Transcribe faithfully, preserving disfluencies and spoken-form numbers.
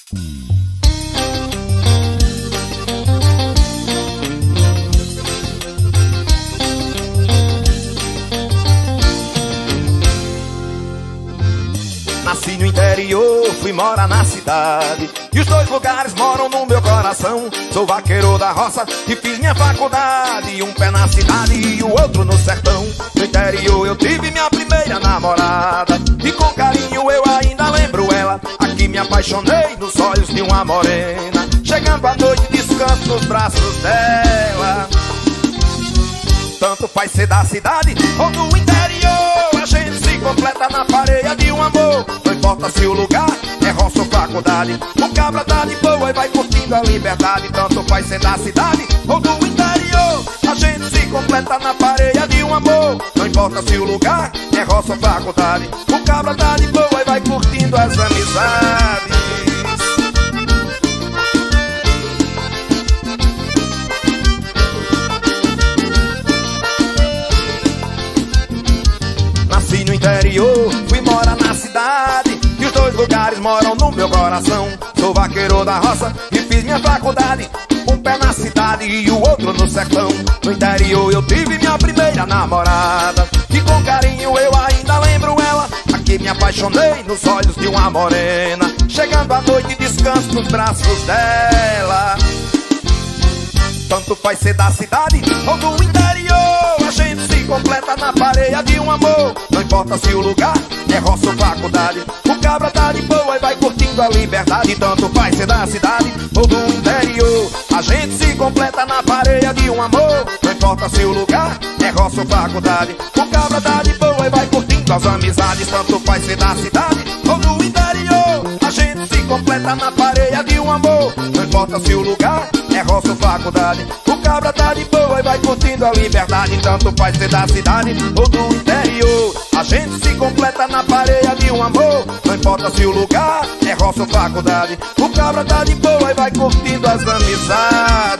Nasci no interior, fui morar na cidade, e os dois lugares moram no meu coração. Sou vaqueiro da roça e fiz minha faculdade, um pé na cidade e o outro no sertão. No interior eu tive minha primeira namorada, e com carinho eu ainda lembro ela. Aqui me apaixonei nos olhos de uma morena, chegando à noite descanso nos braços dela. Tanto faz ser da cidade ou do interior, a gente se completa na pareia de um amor. Não importa se o lugar é roça ou faculdade, o cabra tá de boa e vai curtindo a liberdade. Tanto faz ser da cidade ou do interior, a gente se completa na pareia de um amor. Não importa se o lugar é roça ou faculdade, o cabra tá de boa e vai curtindo as amizades. Nasci no interior, fui morar na cidade, e os dois lugares moram no meu coração. Sou vaqueiro da roça e fiz minha faculdade, um pé na cidade e o outro no sertão. No interior eu tive minha primeira namorada, e com carinho eu ainda lembro ela. Aqui me apaixonei nos olhos de uma morena, chegando à noite descanso nos braços dela. Tanto faz ser da cidade ou do interior, a gente se completa na pareia de um amor. Não importa se o lugar é roça ou faculdade, o cabra tá de boa e vai curtindo a liberdade. Tanto faz ser da cidade ou do interior, a gente se completa na pareia de um amor. Não importa se o lugar é roça ou faculdade, o cabra tá de boa e vai curtindo as amizades. Tanto faz ser da cidade ou do interior, a gente se completa na pareia de um amor. Não importa se o lugar é roça ou faculdade, o cabra tá de boa e vai curtindo a liberdade. Tanto faz ser da cidade ou do interior, a gente se completa na pareia de um amor. Não importa se o lugar é roça ou faculdade, o cabra tá de boa e vai curtindo as amizades.